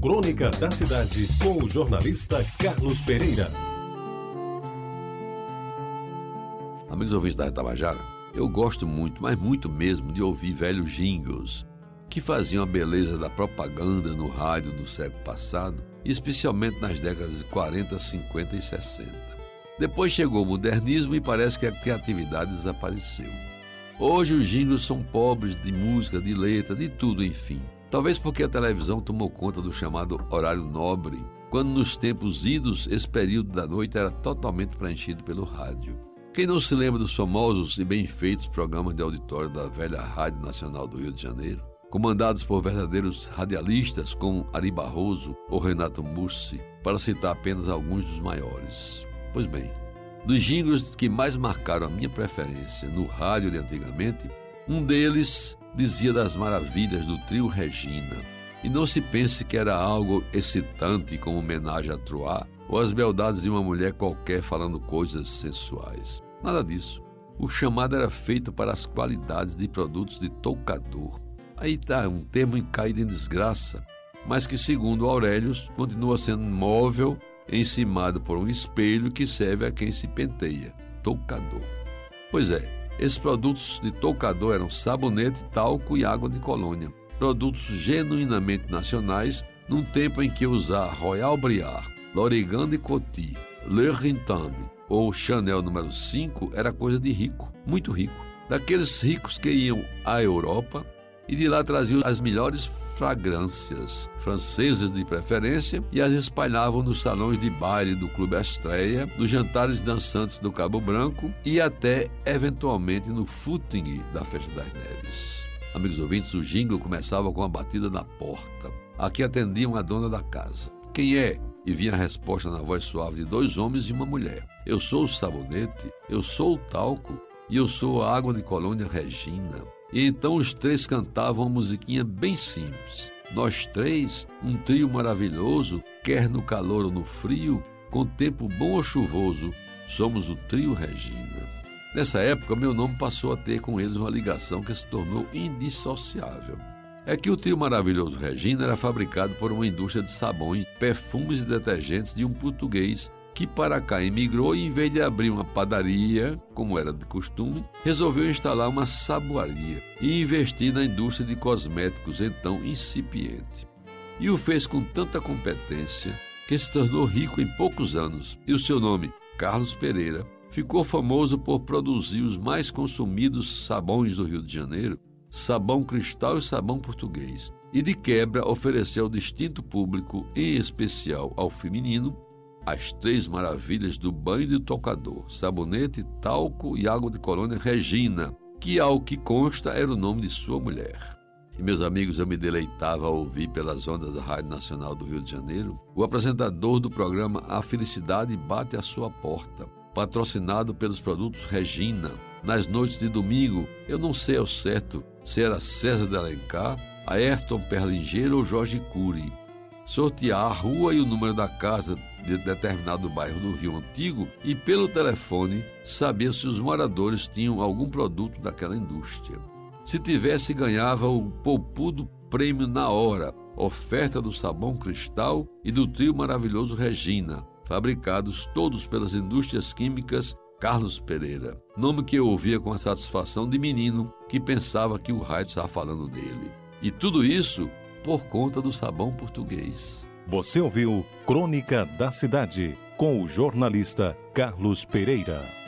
Crônica da Cidade, com o jornalista Carlos Pereira. Amigos ouvintes da Tabajara, eu gosto muito, mas muito mesmo, de ouvir velhos jingles que faziam a beleza da propaganda no rádio do século passado, especialmente nas décadas de 40, 50 e 60. Depois chegou o modernismo e parece que a criatividade desapareceu. Hoje os jingles são pobres de música, de letra, de tudo, enfim. Talvez porque a televisão tomou conta do chamado horário nobre, quando nos tempos idos esse período da noite era totalmente preenchido pelo rádio. Quem não se lembra dos famosos e bem feitos programas de auditório da velha Rádio Nacional do Rio de Janeiro, comandados por verdadeiros radialistas como Ari Barroso ou Renato Mussi, para citar apenas alguns dos maiores? Pois bem, dos jingles que mais marcaram a minha preferência no rádio de antigamente, um deles dizia das maravilhas do trio Regina. E não se pense que era algo excitante como homenagem a Troá ou as beldades de uma mulher qualquer falando coisas sensuais. Nada disso. O chamado era feito para as qualidades de produtos de toucador. Aí está um termo caído em desgraça, mas que, segundo Aurelius, continua sendo móvel, encimado por um espelho que serve a quem se penteia. Toucador. Pois é, esses produtos de toucador eram sabonete, talco e água de colônia. Produtos genuinamente nacionais, num tempo em que usar Royal Briard, L'Oregan de Coty, Le Rintame ou Chanel número 5 era coisa de rico, muito rico. Daqueles ricos que iam à Europa e de lá traziam as melhores fragrâncias, francesas de preferência, e as espalhavam nos salões de baile do Clube Astreia, nos jantares dançantes do Cabo Branco e até, eventualmente, no footing da Festa das Neves. Amigos ouvintes, o jingle começava com a batida na porta. Aqui atendiam a dona da casa. Quem é? E vinha a resposta na voz suave de dois homens e uma mulher. Eu sou o sabonete, eu sou o talco e eu sou a água de colônia Regina. E então os três cantavam uma musiquinha bem simples. Nós três, um trio maravilhoso, quer no calor ou no frio, com tempo bom ou chuvoso, somos o trio Regina. Nessa época, meu nome passou a ter com eles uma ligação que se tornou indissociável. É que o trio maravilhoso Regina era fabricado por uma indústria de sabões, perfumes e detergentes de um português que para cá emigrou e, em vez de abrir uma padaria, como era de costume, resolveu instalar uma saboaria e investir na indústria de cosméticos, então incipiente. E o fez com tanta competência que se tornou rico em poucos anos, e o seu nome, Carlos Pereira, ficou famoso por produzir os mais consumidos sabões do Rio de Janeiro, sabão cristal e sabão português, e de quebra ofereceu ao distinto público, em especial ao feminino, as três maravilhas do banho e do toucador: sabonete, talco e água de colônia Regina, que, ao que consta, era o nome de sua mulher. E, meus amigos, eu me deleitava a ouvir pelas ondas da Rádio Nacional do Rio de Janeiro o apresentador do programa A Felicidade Bate à Sua Porta, patrocinado pelos produtos Regina. Nas noites de domingo, eu não sei ao certo se era César de Alencar, Ayrton Perlingeiro ou Jorge Cury. Sortear a rua e o número da casa de determinado bairro do Rio Antigo e, pelo telefone, saber se os moradores tinham algum produto daquela indústria. Se tivesse, ganhava o poupudo prêmio na hora, oferta do sabão cristal e do trio maravilhoso Regina, fabricados todos pelas indústrias químicas Carlos Pereira, nome que eu ouvia com a satisfação de menino que pensava que o rádio estava falando dele. E tudo isso por conta do sabão português. Você ouviu Crônica da Cidade, com o jornalista Carlos Pereira.